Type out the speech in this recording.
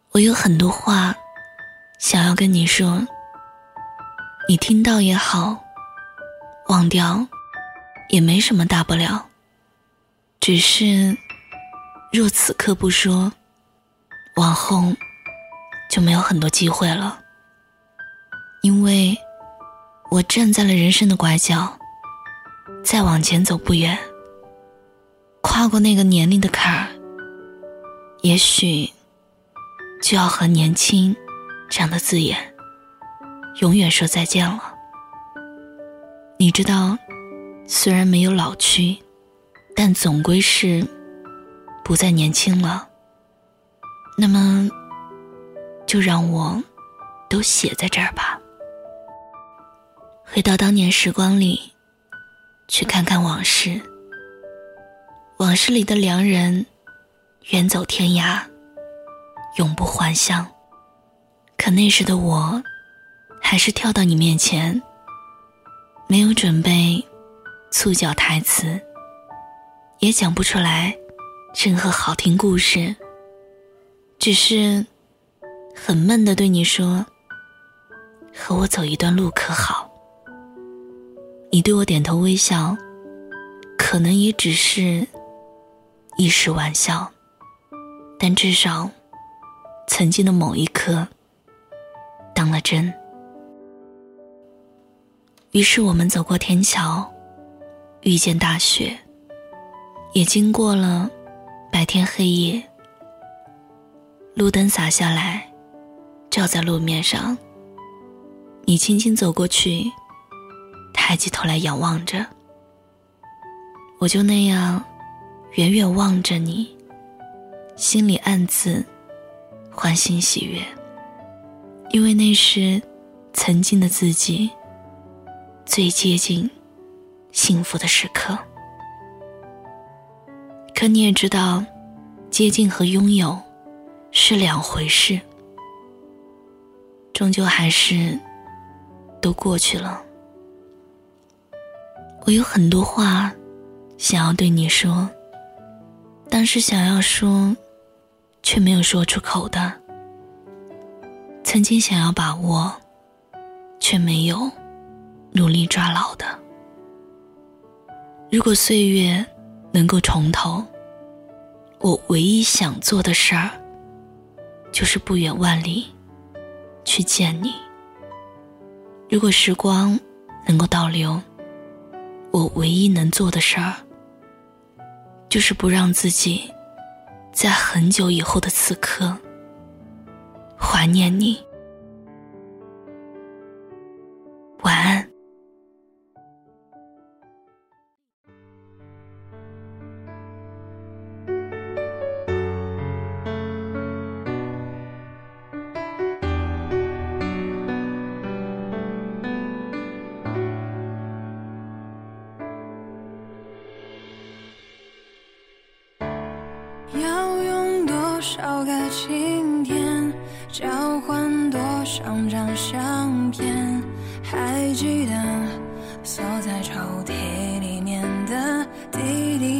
我有很多话想要跟你说，你听到也好，忘掉也没什么大不了，只是若此刻不说，往后就没有很多机会了。因为我站在了人生的拐角，再往前走不远，跨过那个年龄的坎儿，也许就要和年轻这样的字眼永远说再见了。你知道，虽然没有老去，但总归是不再年轻了。那么就让我都写在这儿吧，回到当年时光里，去看看往事。往事里的良人远走天涯，永不还乡。可那时的我还是跳到你面前，没有准备促脚台词，也讲不出来任何好听故事，只是很闷地对你说，和我走一段路可好？你对我点头微笑，可能也只是一时玩笑，但至少曾经的某一刻当了真。于是我们走过天桥，遇见大雪，也经过了白天黑夜。路灯洒下来，照在路面上，你轻轻走过去，抬起头来仰望着，我就那样远远望着你，心里暗自欢欣喜悦，因为那是曾经的自己最接近幸福的时刻。可你也知道，接近和拥有是两回事，终究还是都过去了。我有很多话想要对你说，当时想要说却没有说出口的，曾经想要把握却没有努力抓牢的。如果岁月能够重头，我唯一想做的事儿就是不远万里去见你。如果时光能够倒流，我唯一能做的事儿就是不让自己在很久以后的此刻怀念你。晚安。 要用多少个晴天交换多少张相片，还记得锁在抽屉里面的滴滴